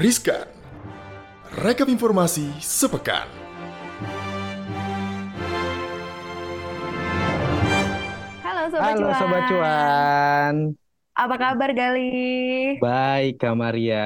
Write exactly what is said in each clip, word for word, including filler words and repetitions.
Riskan. Rekap informasi sepekan. Halo Sobat Halo Sobat Cuan, Cuan, apa kabar Galih? baik Kak Maria.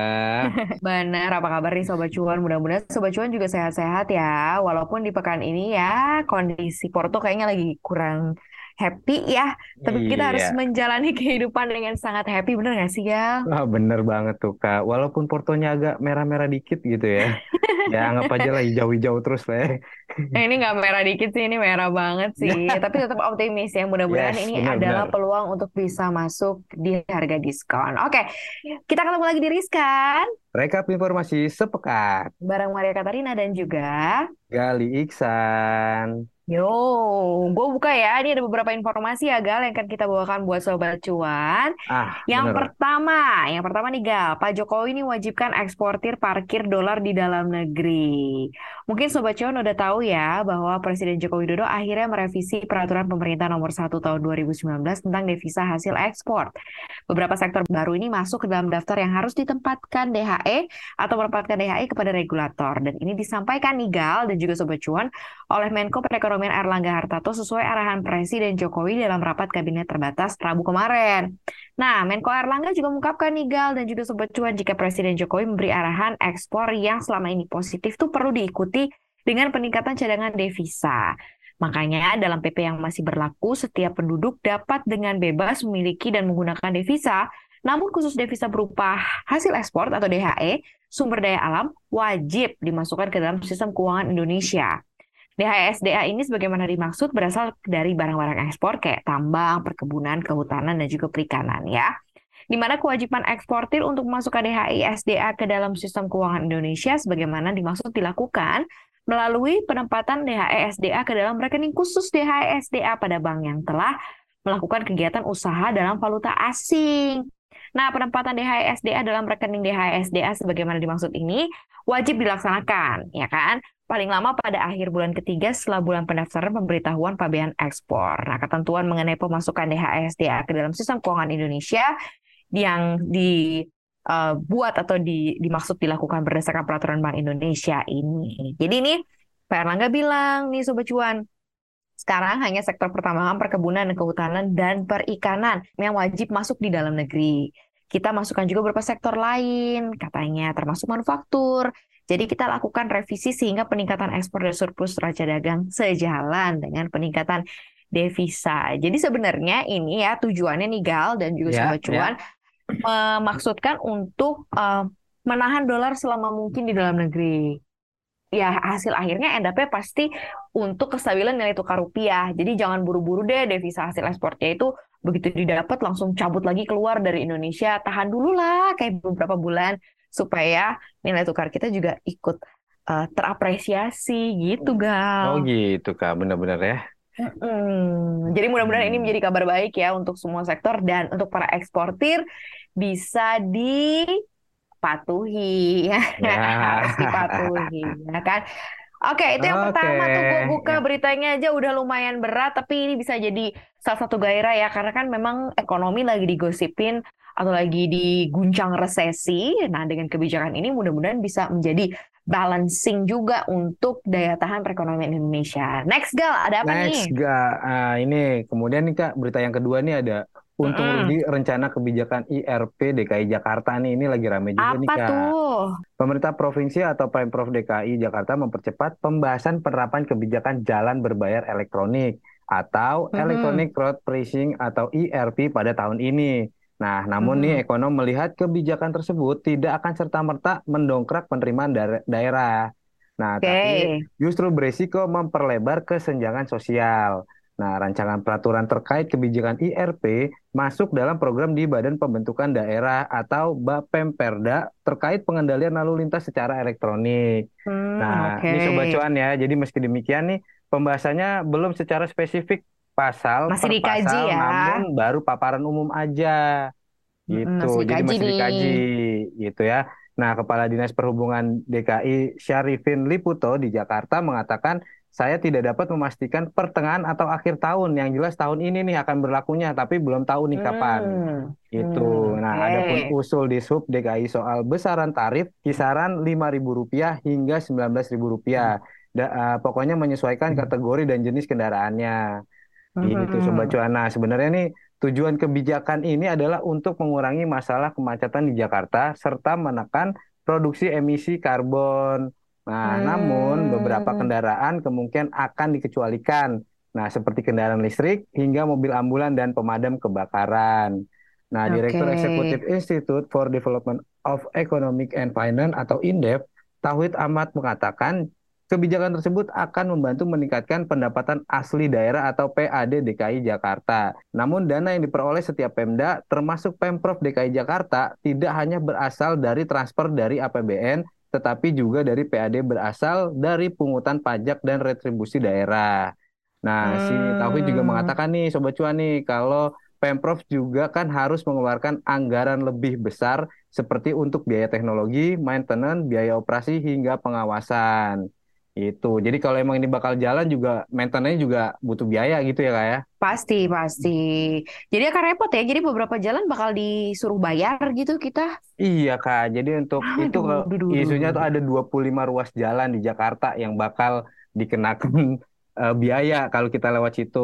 Benar, apa kabar nih Sobat Cuan? Mudah-mudahan Sobat Cuan juga sehat-sehat ya. Walaupun di pekan ini ya kondisi Porto kayaknya lagi kurang happy ya. Tapi kita harus Iya, menjalani kehidupan dengan sangat happy, bener gak sih Gal? wah bener banget tuh Kak. Walaupun portonya agak merah-merah dikit gitu ya. Ya anggap aja lah hijau-hijau terus lah ya. Nah, ini nggak merah dikit sih, ini merah banget sih. Tapi tetap optimis ya. Mudah-mudahan Yes, ini adalah benar-benar. peluang untuk bisa masuk di harga diskon. Oke, kita ketemu lagi di Riskan. Rekap informasi sepekan. Bareng Maria Katarina dan juga Gali Iksan. Yo, gue buka ya. Ini ada beberapa informasi ya, Gal, yang akan kita bawakan buat Sobat Cuan. Ah, Yang bener. pertama, yang pertama nih, Gal, Pak Jokowi ini wajibkan eksportir parkir dolar di dalam negeri. Mungkin Sobat Cuan udah tahu ya bahwa Presiden Joko Widodo akhirnya merevisi peraturan pemerintah nomor satu tahun dua ribu sembilan belas tentang devisa hasil ekspor. Beberapa sektor baru ini masuk ke dalam daftar yang harus ditempatkan D H E atau menempatkan D H E kepada regulator. Dan ini disampaikan nih, Gal, dan juga Sobat Cuan, oleh Menko Perekonomian Erlangga Hartarto sesuai arahan Presiden Jokowi dalam rapat kabinet terbatas Rabu kemarin. Nah, Menko Erlangga juga mengungkapkan nih Gal dan juga Sobat Cuan jika Presiden Jokowi memberi arahan ekspor yang selama ini positif tuh perlu diikuti dengan peningkatan cadangan devisa. Makanya dalam P P yang masih berlaku, setiap penduduk dapat dengan bebas memiliki dan menggunakan devisa, namun khusus devisa berupa hasil ekspor atau D H E, sumber daya alam, wajib dimasukkan ke dalam sistem keuangan Indonesia. D H E S D A ini sebagaimana dimaksud berasal dari barang-barang ekspor kayak tambang, perkebunan, kehutanan, dan juga perikanan ya. Di mana kewajiban eksportir untuk memasukkan D H E S D A ke dalam sistem keuangan Indonesia sebagaimana dimaksud dilakukan melalui penempatan D H E S D A ke dalam rekening khusus D H E S D A pada bank yang telah melakukan kegiatan usaha dalam valuta asing. Nah, penempatan D H E S D A dalam rekening D H E S D A sebagaimana dimaksud ini wajib dilaksanakan, ya kan? Paling lama pada akhir bulan ketiga setelah bulan pendaftaran pemberitahuan pabean ekspor. Nah, ketentuan mengenai pemasukan D H E S D A ke dalam sistem keuangan Indonesia yang dibuat atau di, dimaksud dilakukan berdasarkan peraturan Bank Indonesia ini. Jadi ini Pak Erlangga bilang nih Sobat Cuan, sekarang hanya sektor pertambangan, perkebunan, kehutanan, dan perikanan yang wajib masuk di dalam negeri. Kita masukkan juga beberapa sektor lain, katanya termasuk manufaktur. Jadi kita lakukan revisi sehingga peningkatan ekspor dan surplus neraca dagang sejalan dengan peningkatan devisa. Jadi sebenarnya ini ya tujuannya nih Gal dan juga Ya, Sobat Cuan ya. memaksudkan untuk uh, menahan dolar selama mungkin di dalam negeri. Ya hasil akhirnya end up-nya pasti untuk kestabilan nilai tukar rupiah. Jadi jangan buru-buru deh devisa hasil ekspornya itu begitu didapat langsung cabut lagi keluar dari Indonesia. Tahan dulu lah kayak beberapa bulan supaya nilai tukar kita juga ikut uh, terapresiasi gitu Oh Gal. gitu Kak, bener-bener ya. Mm-mm. Jadi mudah-mudahan ini Hmm. menjadi kabar baik ya untuk semua sektor dan untuk para eksportir bisa dipatuhi. Harus Ya. dipatuhi ya kan. Oke, itu yang Oke, pertama tuh gue buka ya. beritanya aja udah lumayan berat, tapi ini bisa jadi salah satu gairah ya, karena kan memang ekonomi lagi digosipin atau lagi diguncang resesi. Nah, dengan kebijakan ini mudah-mudahan bisa menjadi balancing juga untuk daya tahan perekonomian Indonesia. Next, Gal, ada apa Next, nih? gak. Ah, ini kemudian nih Kak, berita yang kedua nih ada untung Mm-mm. rugi rencana kebijakan I R P D K I Jakarta nih. Ini lagi rame juga nih Apa Kak. tuh? Pemerintah provinsi atau Pemprov D K I Jakarta mempercepat pembahasan penerapan kebijakan jalan berbayar elektronik atau Mm-mm. Electronic Road Pricing atau E R P pada tahun ini. Nah, namun nih Mm-mm. ekonom melihat kebijakan tersebut tidak akan serta-merta mendongkrak penerimaan daer- daerah. Nah, tapi Oke. justru berisiko memperlebar kesenjangan sosial. Nah, rancangan peraturan terkait kebijakan I R P masuk dalam program di Badan Pembentukan Daerah atau Bapemperda terkait pengendalian lalu lintas secara elektronik. Hmm, Nah, oke. ini Sobat Cuan ya. Jadi meski demikian nih, pembahasannya belum secara spesifik pasal Masih per dikaji pasal, ya. namun baru paparan umum aja. Mm-mm, Gitu. masih Jadi dikaji masih nih. dikaji gitu ya. Nah, Kepala Dinas Perhubungan D K I Syarifin Liputo di Jakarta mengatakan saya tidak dapat memastikan pertengahan atau akhir tahun. Yang jelas tahun ini nih akan berlakunya, tapi belum tahu nih kapan. Hmm. Gitu. Hmm. Nah, adapun usul di Sub D K I soal besaran tarif kisaran lima ribu rupiah hingga sembilan belas ribu rupiah. Da- uh, pokoknya menyesuaikan kategori dan jenis kendaraannya. Gitu, Sobat Mhm. Cuan. Nah, sebenarnya nih tujuan kebijakan ini adalah untuk mengurangi masalah kemacetan di Jakarta serta menekan produksi emisi karbon. Nah, namun beberapa Hmm, kendaraan kemungkinan akan dikecualikan. Nah, seperti kendaraan listrik hingga mobil ambulan dan pemadam kebakaran. Nah, oke. Direktur Eksekutif Institute for Development of Economic and Finance atau INDEF, Tauhid Ahmad mengatakan kebijakan tersebut akan membantu meningkatkan pendapatan asli daerah atau P A D D K I Jakarta. Namun dana yang diperoleh setiap Pemda, termasuk Pemprov D K I Jakarta, tidak hanya berasal dari transfer dari A P B N, tetapi juga dari P A D berasal dari pungutan pajak dan retribusi daerah. Nah, si Tauhid juga Hmm, mengatakan nih, Sobat Cuan nih, kalau Pemprov juga kan harus mengeluarkan anggaran lebih besar seperti untuk biaya teknologi, maintenance, biaya operasi, hingga pengawasan. Itu. Jadi kalau emang ini bakal jalan juga maintenance juga butuh biaya gitu ya Kak ya. pasti, pasti. Jadi akan repot ya. Jadi beberapa jalan bakal disuruh bayar gitu kita. Iya Kak. Jadi untuk itu Aduh, kalau duh, duh, duh, isunya duh, tuh duh. ada dua puluh lima ruas jalan di Jakarta yang bakal dikenakan eh, biaya kalau kita lewat situ.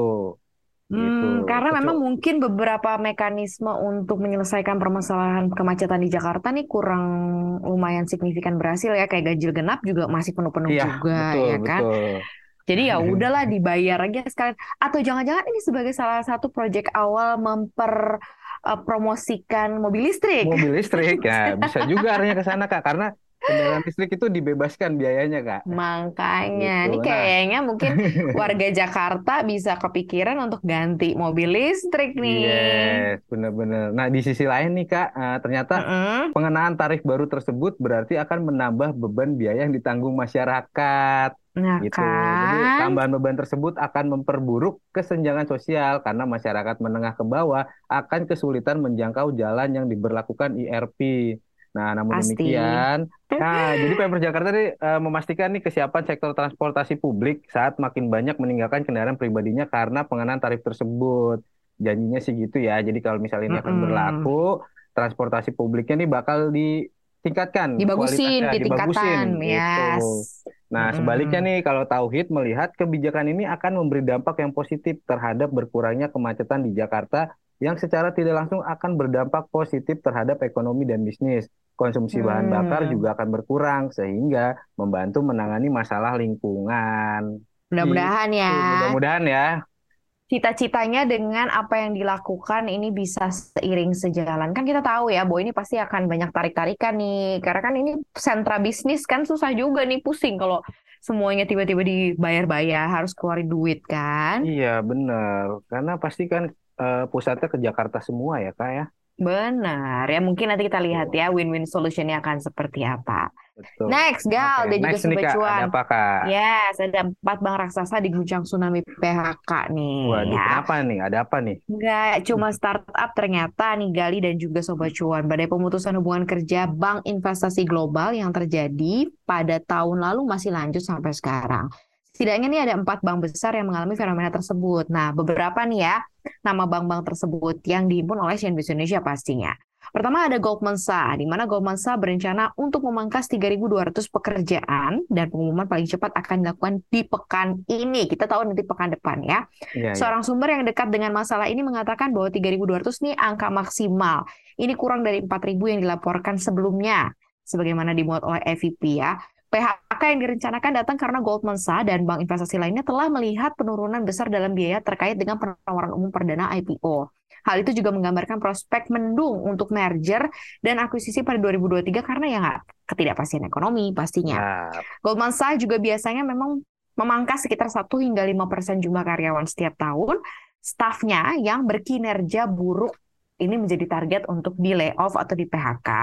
Gitu. Hmm, karena memang Kecu- mungkin beberapa mekanisme untuk menyelesaikan permasalahan kemacetan di Jakarta nih kurang lumayan signifikan berhasil ya. Kayak ganjil genap juga masih penuh-penuh Iya, juga betul, ya kan. betul. Jadi ya udahlah dibayar aja sekalian. Atau jangan-jangan ini sebagai salah satu proyek awal memper eh, promosikan mobil listrik. Mobil listrik ya bisa juga arahnya ke sana Kak karena kendaraan listrik itu dibebaskan biayanya Kak. Makanya, Gitu. ini Nah, kayaknya mungkin warga Jakarta bisa kepikiran untuk ganti mobil listrik nih. yes, benar-benar. Nah, di sisi lain nih Kak, eh, ternyata Mm-mm. pengenaan tarif baru tersebut berarti akan menambah beban biaya yang ditanggung masyarakat. Nah Gitu. Jadi kan, tambahan beban tersebut akan memperburuk kesenjangan sosial karena masyarakat menengah ke bawah akan kesulitan menjangkau jalan yang diberlakukan I R P. Nah, namun pasti. demikian, nah jadi Pemprov Jakarta nih eh, memastikan nih kesiapan sektor transportasi publik saat makin banyak meninggalkan kendaraan pribadinya karena pengenaan tarif tersebut. Janjinya sih gitu ya. Jadi kalau misalnya ini akan Mm-mm. berlaku, transportasi publiknya nih bakal ditingkatkan Dibagusin, kualitasnya, dibagusin ditingkatkan, gitu. yes. Nah, sebaliknya Mm-mm. nih, kalau Tauhid melihat kebijakan ini akan memberi dampak yang positif terhadap berkurangnya kemacetan di Jakarta yang secara tidak langsung akan berdampak positif terhadap ekonomi dan bisnis. Konsumsi bahan bakar Hmm. juga akan berkurang sehingga membantu menangani masalah lingkungan. Mudah-mudahan Gitu, ya. mudah-mudahan ya. Cita-citanya dengan apa yang dilakukan ini bisa seiring sejalan. Kan kita tahu ya bahwa ini pasti akan banyak tarik-tarikan nih. Karena kan ini sentra bisnis kan susah juga nih, pusing kalau semuanya tiba-tiba dibayar-bayar, harus keluarin duit kan. Iya, benar. Karena pasti kan eh, pusatnya ke Jakarta semua ya, Kak ya. Benar. Ya mungkin nanti kita lihat Tuh, ya win-win solutionnya akan seperti apa. betul. Next, Oke, Gal, dan juga next nih Sobat Kak, ada Cuan. apa Kak? Yes, ada empat bank raksasa diguncang tsunami P H K nih Waduh, ya. kenapa nih? Ada apa nih? Nggak cuma startup ternyata nih Gali dan juga Sobat Cuan. Badai pemutusan hubungan kerja Bank Investasi Global yang terjadi pada tahun lalu masih lanjut sampai sekarang. Setidaknya nih ada empat bank besar yang mengalami fenomena tersebut. Nah, beberapa nih ya nama bank-bank tersebut yang dihimpun oleh C N B C Indonesia pastinya. Pertama ada Goldman Sachs, di mana Goldman Sachs berencana untuk memangkas tiga ribu dua ratus pekerjaan dan pengumuman paling cepat akan dilakukan di pekan ini. Kita tahu nanti pekan depan ya. Iya, iya. Seorang sumber yang dekat dengan masalah ini mengatakan bahwa tiga ribu dua ratus ini angka maksimal. Ini kurang dari empat ribu yang dilaporkan sebelumnya, sebagaimana dimuat oleh A V P ya. P H K yang direncanakan datang karena Goldman Sachs dan bank investasi lainnya telah melihat penurunan besar dalam biaya terkait dengan penawaran umum perdana I P O. Hal itu juga menggambarkan prospek mendung untuk merger dan akuisisi pada dua ribu dua puluh tiga karena ya nggak ketidakpastian ekonomi pastinya. Ya, Goldman Sachs juga biasanya memang memangkas sekitar satu hingga lima persen jumlah karyawan setiap tahun. Stafnya yang berkinerja buruk ini menjadi target untuk di layoff atau di P H K.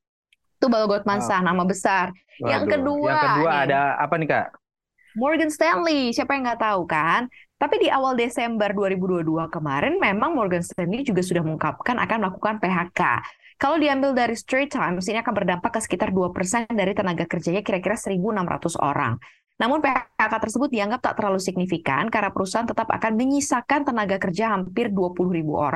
Itu baru Goldman oh, Sachs, nama besar. Yang waduh. Yang kedua kedua ada nih, apa nih Kak? Morgan Stanley. Siapa yang nggak tahu kan? Tapi di awal Desember dua ribu dua puluh dua kemarin, memang Morgan Stanley juga sudah mengungkapkan akan melakukan P H K. Kalau diambil dari Straits Times, ini akan berdampak ke sekitar dua persen dari tenaga kerjanya kira-kira seribu enam ratus orang. Namun P H K tersebut dianggap tak terlalu signifikan karena perusahaan tetap akan menyisakan tenaga kerja hampir dua puluh ribu orang.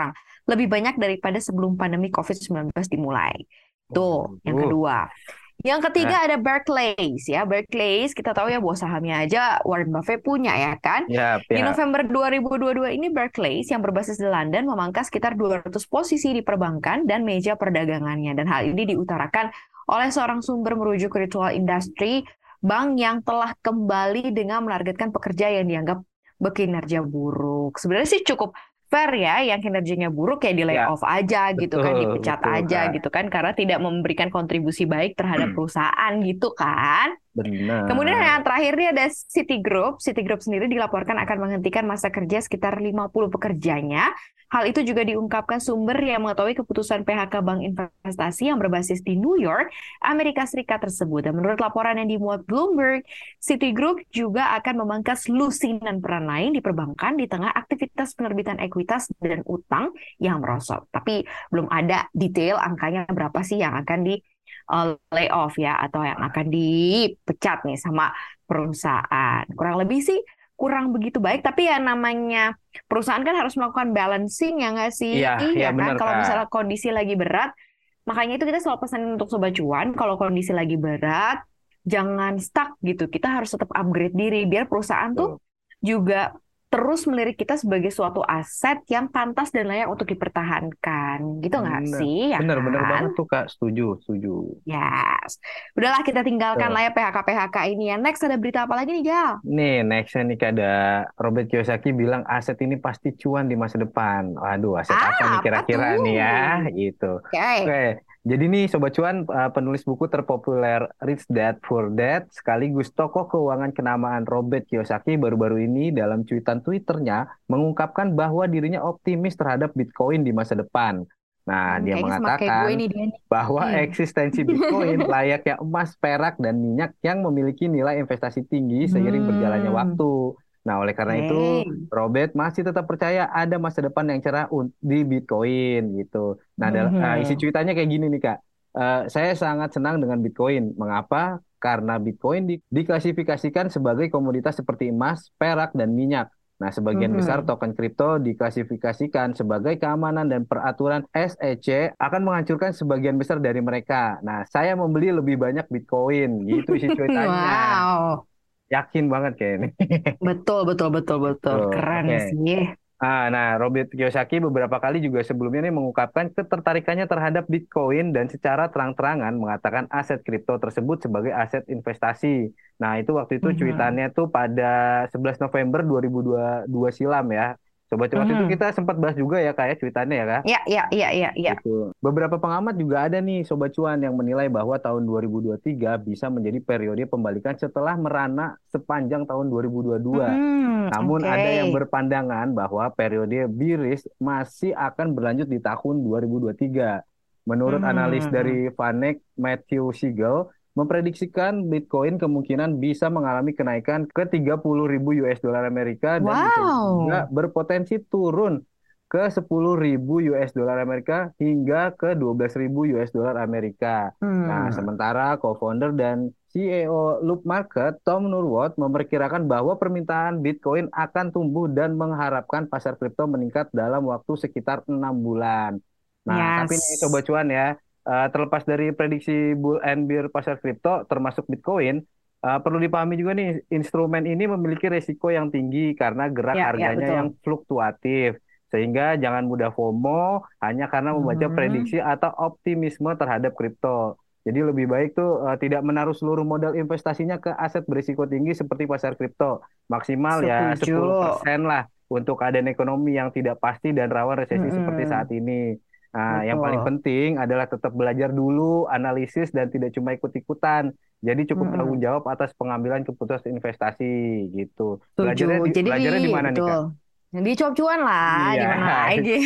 lebih banyak daripada sebelum pandemi covid sembilan belas dimulai. Tuh, yang Waduh. kedua. Yang Nah, ketiga ada Barclays ya. Barclays kita tahu ya bahwa sahamnya aja Warren Buffett punya ya kan. ya, Di ya. November dua ribu dua puluh dua ini Barclays yang berbasis di London memangkas sekitar dua ratus posisi di perbankan dan meja perdagangannya. Dan hal ini diutarakan oleh seorang sumber merujuk Ritual Industry, bank yang telah kembali dengan menargetkan pekerja yang dianggap berkinerja buruk. Sebenarnya sih cukup fair ya, yang kinerjanya buruk ya di Ya, layoff aja gitu kan, betul, dipecat betul, aja Kak. gitu kan, karena tidak memberikan kontribusi baik terhadap perusahaan gitu kan. Kemudian Benar. yang terakhir nih ada Citigroup. Citigroup sendiri dilaporkan akan menghentikan masa kerja sekitar lima puluh pekerjanya. Hal itu juga diungkapkan sumber yang mengetahui keputusan P H K bank investasi yang berbasis di New York, Amerika Serikat tersebut. Dan menurut laporan yang dimuat Bloomberg, Citigroup juga akan memangkas lusinan peran lain di perbankan di tengah aktivitas penerbitan ekuitas dan utang yang merosot. Tapi belum ada detail angkanya berapa sih yang akan di uh, layoff ya, atau yang akan dipecat nih sama perusahaan. Kurang lebih sih kurang begitu baik, tapi ya namanya perusahaan kan harus melakukan balancing ya nggak sih? Iya, iya Ya kan, benar, kalau Kak. misalnya kondisi lagi berat, makanya itu kita selalu pesan untuk Sobat Cuan, kalau kondisi lagi berat, jangan stuck gitu. Kita harus tetap upgrade diri, biar perusahaan tuh Tuh. juga terus melirik kita sebagai suatu aset yang pantas dan layak untuk dipertahankan. Gitu nggak Benar, sih, ya benar, benar kan? banget tuh, Kak. Setuju, setuju. Yes. Udahlah kita tinggalkan Tuh. lah ya P H K-P H K ini ya. Next ada berita apa lagi nih, Gal? Nih, nextnya nih Kak, ada Robert Kiyosaki bilang aset ini pasti cuan di masa depan. Waduh, aset apa nih Ah, apa kira-kira nih ya? tuh? Gitu. Oke. Oke, jadi nih Sobat Cuan, uh, penulis buku terpopuler Rich Dad Poor Dad, sekaligus tokoh keuangan kenamaan Robert Kiyosaki baru-baru ini dalam cuitan Twitternya mengungkapkan bahwa dirinya optimis terhadap Bitcoin di masa depan. Nah, Hmm, dia kayaknya sama kayak gue mengatakan nih dia nih. bahwa Hmm. eksistensi Bitcoin layaknya emas, perak, dan minyak yang memiliki nilai investasi tinggi seiring berjalannya Hmm. waktu. Nah, oleh karena itu, Hey. Robert masih tetap percaya ada masa depan yang cerah un- di Bitcoin gitu. Nah, dal- eh, isi Mhm. cuitannya kayak gini nih, Kak. Eh, saya sangat senang dengan Bitcoin. Mengapa? Karena Bitcoin di- diklasifikasikan sebagai komoditas seperti emas, perak, dan minyak. Nah, sebagian besar Mhm. token kripto diklasifikasikan sebagai keamanan dan peraturan S E C akan menghancurkan sebagian besar dari mereka. Nah, saya membeli lebih banyak Bitcoin. Gitu isi cuitannya. Wow. Yakin banget kayak ini. Betul, betul, betul, betul. Tuh, Keren oke. sih. Ah, nah, Robert Kiyosaki beberapa kali juga sebelumnya ini mengungkapkan ketertarikannya terhadap Bitcoin dan secara terang-terangan mengatakan aset kripto tersebut sebagai aset investasi. Nah, itu waktu itu Mhm. cuitannya tuh pada sebelas November dua ribu dua puluh dua silam ya. Coba waktu itu Mhm. kita sempat bahas juga ya kayak cuitannya ya, Kak. Ya, ya, ya, ya, ya. Gitu. Beberapa pengamat juga ada nih Sobat Cuan yang menilai bahwa tahun dua ribu dua puluh tiga bisa menjadi periode pembalikan setelah merana sepanjang tahun dua ribu dua puluh dua. Hmm, Namun oke. ada yang berpandangan bahwa periode bearish masih akan berlanjut di tahun dua ribu dua puluh tiga. Menurut analis Mhm. dari Vanek, Matthew Siegel, memprediksikan Bitcoin kemungkinan bisa mengalami kenaikan ke tiga puluh ribu U S dollar Amerika dan bisa juga Wow. berpotensi turun ke sepuluh ribu U S dollar Amerika hingga ke dua belas ribu U S dollar Amerika. Nah, Hmm. sementara co-founder dan C E O Loop Market, Tom Nurwood, memperkirakan bahwa permintaan Bitcoin akan tumbuh dan mengharapkan pasar kripto meningkat dalam waktu sekitar enam bulan. Nah, tapi nih Sobat Yes. Cuan ya, eh, terlepas dari prediksi bull and bear pasar kripto termasuk Bitcoin, eh, perlu dipahami juga nih, instrumen ini memiliki resiko yang tinggi karena gerak Ya, ya, harganya yang betul. fluktuatif. Sehingga jangan mudah FOMO hanya karena membaca Mhm. prediksi atau optimisme terhadap kripto. Jadi lebih baik tuh eh, tidak menaruh seluruh modal investasinya ke aset berisiko tinggi seperti pasar kripto. Maksimal ya Setuju. sepuluh persen lah untuk keadaan ekonomi yang tidak pasti dan rawan resesi seperti saat Mhm. ini. Nah, yang paling Betul. penting adalah tetap belajar dulu, analisis, dan tidak cuma ikut-ikutan. Jadi cukup tanggung Mhm. jawab atas pengambilan keputusan investasi gitu. Setuju. Belajarnya di, Jadi belajarnya di mana nih, betul. Kak? Di cuap-cuan lah, Iya. di mana lagi?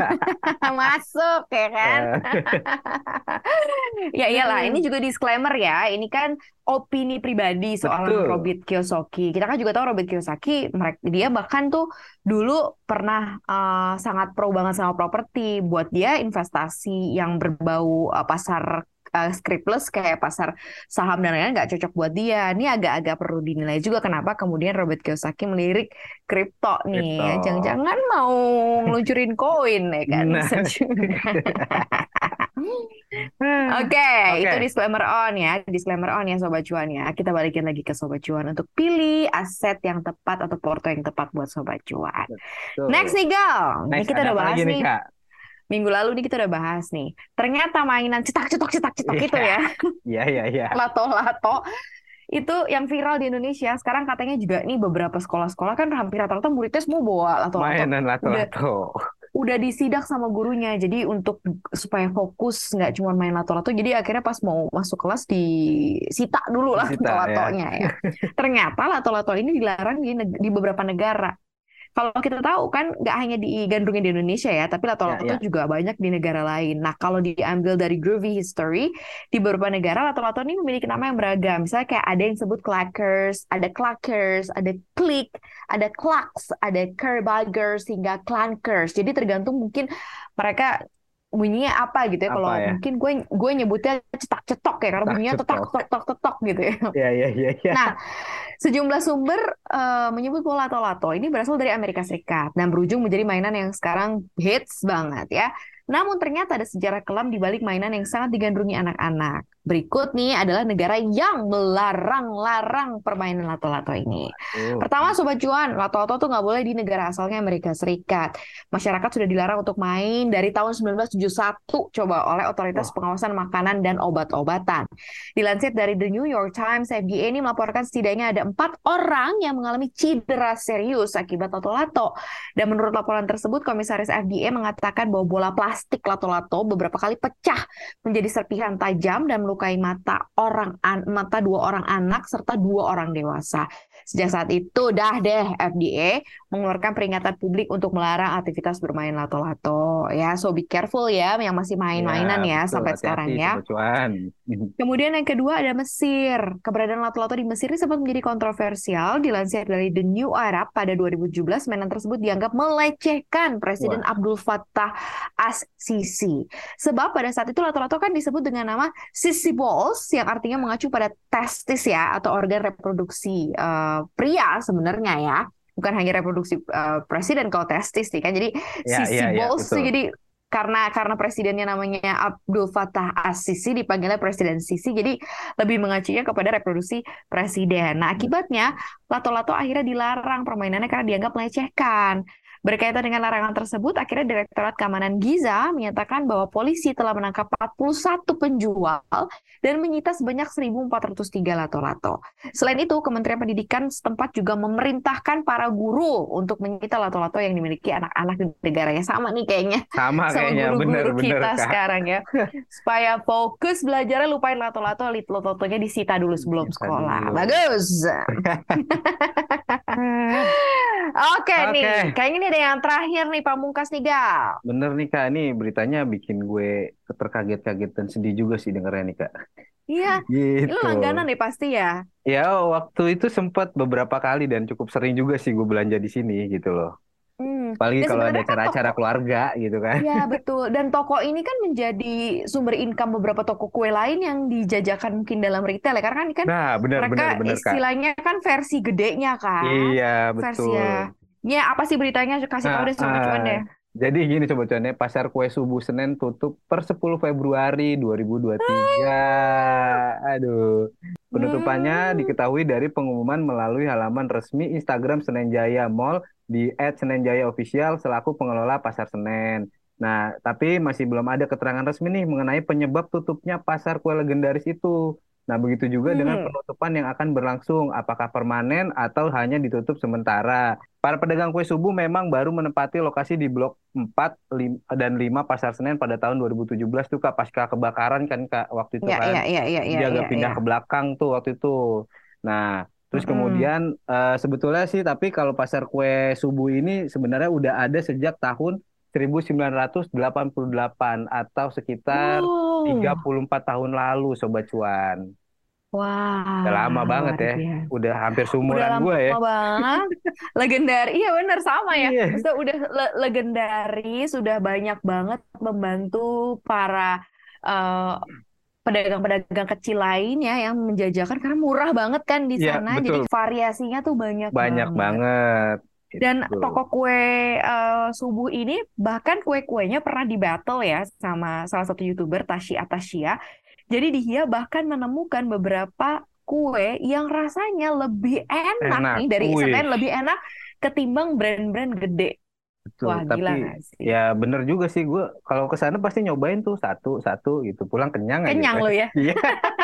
Masuk ya kan? Eh, Ya iyalah, ini juga disclaimer ya. Ini kan opini pribadi soalan Betul. Robert Kiyosaki. Kita kan juga tahu Robert Kiyosaki, merek- dia bahkan tuh dulu pernah uh, sangat pro banget sama properti. Buat dia investasi yang berbau uh, pasar uh, scriptless kayak pasar saham dan lain-lain nggak cocok buat dia. Ini agak-agak perlu dinilai juga kenapa kemudian Robert Kiyosaki melirik kripto nih. Kripto. Ya. Jangan-jangan mau ngeluncurin koin ya kan? Nah. Bisa juga. Oke, Oke. itu disclaimer on ya, disclaimer on ya Sobat Cuan ya. Kita balikin lagi ke Sobat Cuan untuk pilih aset yang tepat atau porto yang tepat buat Sobat Cuan. Betul. Next nih Gal, ini Next, kita ada udah apa bahas lagi nih, nih. Kak? Minggu lalu nih kita udah bahas nih. Ternyata mainan cetak-cetok cetak-cetok Iya. itu ya, Iya, iya, iya. lato-lato itu yang viral di Indonesia. Sekarang katanya juga nih beberapa sekolah-sekolah kan hampir rata-rata muridnya semua bawa lato-lato. Mainan Udah lato-lato. udah disidak sama gurunya. Jadi untuk supaya fokus nggak cuma main lato-lato, jadi akhirnya pas mau masuk kelas disita dulu lah Disita, ya. lato-latonya ya. Ternyata lato-lato ini dilarang di, neg- di beberapa negara. Kalau kita tahu kan nggak hanya digandrungin di Indonesia ya, tapi lato-lato Ya, ya. juga banyak di negara lain. Nah, kalau diambil dari Groovy History, di beberapa negara lato-lato ini memiliki nama yang beragam. Misalnya kayak ada yang sebut clackers, ada clackers, ada click, ada clacks, ada curbuggers, hingga clankers. Jadi tergantung mungkin mereka bunyinya apa gitu ya. Apa Kalau ya? mungkin gue gue nyebutnya cetak-cetok ya, karena bunyinya tetak Cetak-cetok. tok tok tetok gitu ya. Iya, iya, iya, iya. Nah, sejumlah sumber eh, menyebut bahwa lato-lato ini berasal dari Amerika Serikat dan berujung menjadi mainan yang sekarang hits banget ya. Namun ternyata ada sejarah kelam di balik mainan yang sangat digandrungi anak-anak. Berikut nih adalah negara yang melarang-larang permainan lato-lato ini. Tuh. Pertama, Sobat Cuan, lato-lato tuh nggak boleh di negara asalnya Amerika Serikat. Masyarakat sudah dilarang untuk main dari tahun sembilan belas tujuh puluh satu coba oleh Otoritas Wah. Pengawasan Makanan dan Obat-obatan. Dilansir dari The New York Times, F D A ini melaporkan setidaknya ada empat orang yang mengalami cedera serius akibat lato-lato. Dan menurut laporan tersebut, Komisaris F D A mengatakan bahwa bola plastik lato-lato beberapa kali pecah menjadi serpihan tajam dan melukai mata orang an- mata dua orang anak serta dua orang dewasa. Sejak saat itu dah deh F D A mengeluarkan peringatan publik untuk melarang aktivitas bermain lato-lato ya. So be careful ya yang masih main-mainan ya, betul. sampai Hati-hati, sekarang ya. Sobat Cuan. Kemudian yang kedua ada Mesir. Keberadaan lato-lato di Mesir ini sempat menjadi kontroversial. Dilansir dari The New Arab pada dua ribu tujuh belas, mainan tersebut dianggap melecehkan Presiden Wah. Abdul Fattah As-Sisi. Sebab pada saat itu lato-lato kan disebut dengan nama sissy balls, yang artinya mengacu pada testis ya, atau organ reproduksi eh, pria sebenarnya ya. Bukan hanya reproduksi eh, presiden kalau testis nih kan. Jadi Ya, sissy ya, ya, balls tuh betul. jadi karena karena presidennya namanya Abdul Fattah As-Sisi, dipanggilnya Presiden Sisi, jadi lebih mengacunya kepada reproduksi presiden. Nah, akibatnya lato-lato akhirnya dilarang permainannya karena dianggap melecehkan. Berkaitan dengan larangan tersebut, akhirnya Direktorat Keamanan Giza menyatakan bahwa polisi telah menangkap empat puluh satu penjual dan menyita sebanyak seribu empat ratus tiga lato-lato. Selain itu, Kementerian Pendidikan setempat juga memerintahkan para guru untuk menyita lato-lato yang dimiliki anak-anak di negaranya. Sama nih kayaknya Sama sama kayaknya, guru-guru bener-bener, kita Kak. sekarang ya. Supaya fokus belajarnya, lupain lato-lato, lato-latonya disita dulu sebelum Disita sekolah. dulu. Bagus. Oke Oke. nih, kayaknya ini ada yang terakhir nih, Pamungkas nih Gal. Bener nih, Kak. Ini beritanya bikin gue terkaget-kaget dan sedih juga sih dengernya nih, Kak. Iya, ini Gitu. langganan nih pasti ya. Ya, waktu itu sempat beberapa kali dan cukup sering juga sih gue belanja di sini gitu loh. Hmm. Apalagi Dan kalau ada sebenarnya kan acara-acara toko, keluarga gitu kan. ya betul. Dan toko ini kan menjadi sumber income beberapa toko kue lain yang dijajakan mungkin dalam retail ya. Karena kan kan Nah, benar, benar, mereka benar, Kak. istilahnya kan versi gedenya kan. Iya, Versi betul. ya. Ya, apa sih beritanya? Kasih tahu Nah, deh Sobat Cuan deh. ah, jadi gini Sobat Cuan ya, Pasar Kue Subuh Senen tutup per sepuluh Februari dua ribu dua puluh tiga. Aduh. Penutupannya Hmm. diketahui dari pengumuman melalui halaman resmi Instagram Senen Jaya Mall di et senen jaya official selaku pengelola Pasar Senen. Nah, tapi masih belum ada keterangan resmi nih mengenai penyebab tutupnya pasar kue legendaris itu. Nah, begitu juga dengan Hmm. penutupan yang akan berlangsung, apakah permanen atau hanya ditutup sementara. Para pedagang kue subuh memang baru menempati lokasi di Blok empat lim- dan lima Pasar Senen pada tahun dua ribu tujuh belas tuh Kak, pasca kebakaran kan Kak waktu itu Ya, kan. ya, ya, ya, Jadi ya, agak ya, pindah ya. ke belakang tuh waktu itu. Nah, terus Mm-mm. kemudian eh, sebetulnya sih tapi kalau pasar kue subuh ini sebenarnya udah ada sejak tahun seribu sembilan ratus delapan puluh delapan atau sekitar tiga Wow, puluh empat tahun lalu Sobat Cuan. Udah lama wah, banget luar ya. biasa. Udah hampir Udah seumuran lama gue ya. banget, legendaris. Iya benar sama ya. Iya. Maksudnya udah le- legendaris, sudah banyak banget membantu para eh, pedagang-pedagang kecil lainnya yang menjajakan karena murah banget kan di Iya, sana. Jadi betul. variasinya tuh banyak Banyak banget. banget. Dan Itu. toko kue eh, subuh ini bahkan kue-kuenya pernah di battle ya sama salah satu YouTuber Tashi Atasha. Jadi dia bahkan menemukan beberapa kue yang rasanya lebih enak Enak. nih dari Wih, Semen lebih enak ketimbang brand-brand gede. betul. Wah, Tapi gila nggak sih? ya bener juga sih, gue kalau ke sana pasti nyobain tuh satu-satu gitu. Pulang kenyang aja. Kenyang lo ya. Iya.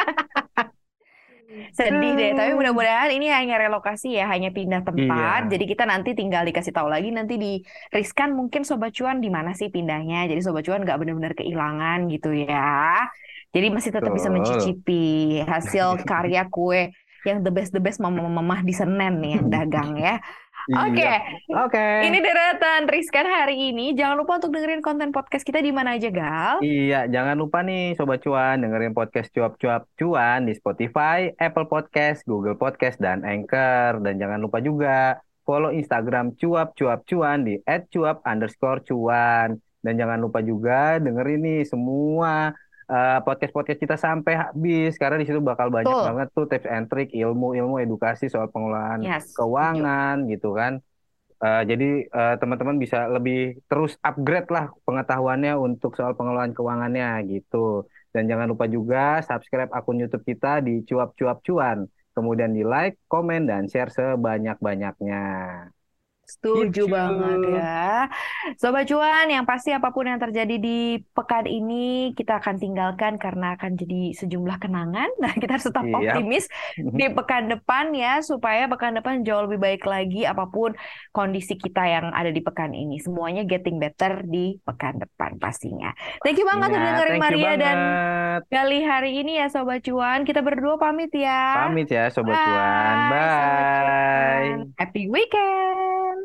Sedih deh, tapi mudah-mudahan ini hanya relokasi ya, hanya pindah tempat. Iya, Jadi kita nanti tinggal dikasih tahu lagi nanti di Riskan mungkin Sobat Cuan di mana sih pindahnya. Jadi Sobat Cuan nggak benar-benar kehilangan gitu ya. Jadi masih tetap bisa betul. mencicipi hasil karya kue yang the best the best mama-mama di Senen nih yang dagang ya. Oke, Iya. Oke. ini deretan Riskan hari ini. Jangan lupa untuk dengerin konten podcast kita di mana aja, Gal. Iya, jangan lupa nih Sobat Cuan dengerin podcast Cuap-Cuap Cuan di Spotify, Apple Podcast, Google Podcast, dan Anchor. Dan jangan lupa juga follow Instagram Cuap-Cuap Cuan di et cuap underscore cuan. Dan jangan lupa juga dengerin nih semua eh, podcast-podcast kita sampai habis. Karena di situ bakal banyak Betul. banget tuh tips and trick, ilmu-ilmu edukasi soal pengelolaan Yes, setuju. keuangan gitu kan. Eh, jadi eh, teman-teman bisa lebih terus upgrade lah pengetahuannya untuk soal pengelolaan keuangannya gitu. Dan jangan lupa juga subscribe akun YouTube kita di Cuap-Cuap Cuan. Kemudian di like, komen, dan share sebanyak-banyaknya. Setuju Gitu. banget ya. Sobat Cuan, yang pasti apapun yang terjadi di pekan ini kita akan tinggalkan karena akan jadi sejumlah kenangan. Nah, kita harus tetap Iya. optimis di pekan depan ya, supaya pekan depan jauh lebih baik lagi apapun kondisi kita yang ada di pekan ini. Semuanya getting better di pekan depan pastinya. Thank you banget udah Iya, dengerin thank you Maria dan banget. Gali hari ini ya Sobat Cuan. Kita berdua pamit ya. Pamit ya Sobat Cuan. Bye, Sobat Bye. Cuan. Happy weekend.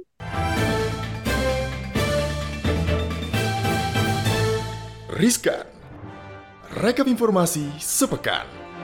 Riskan. Rekap informasi sepekan.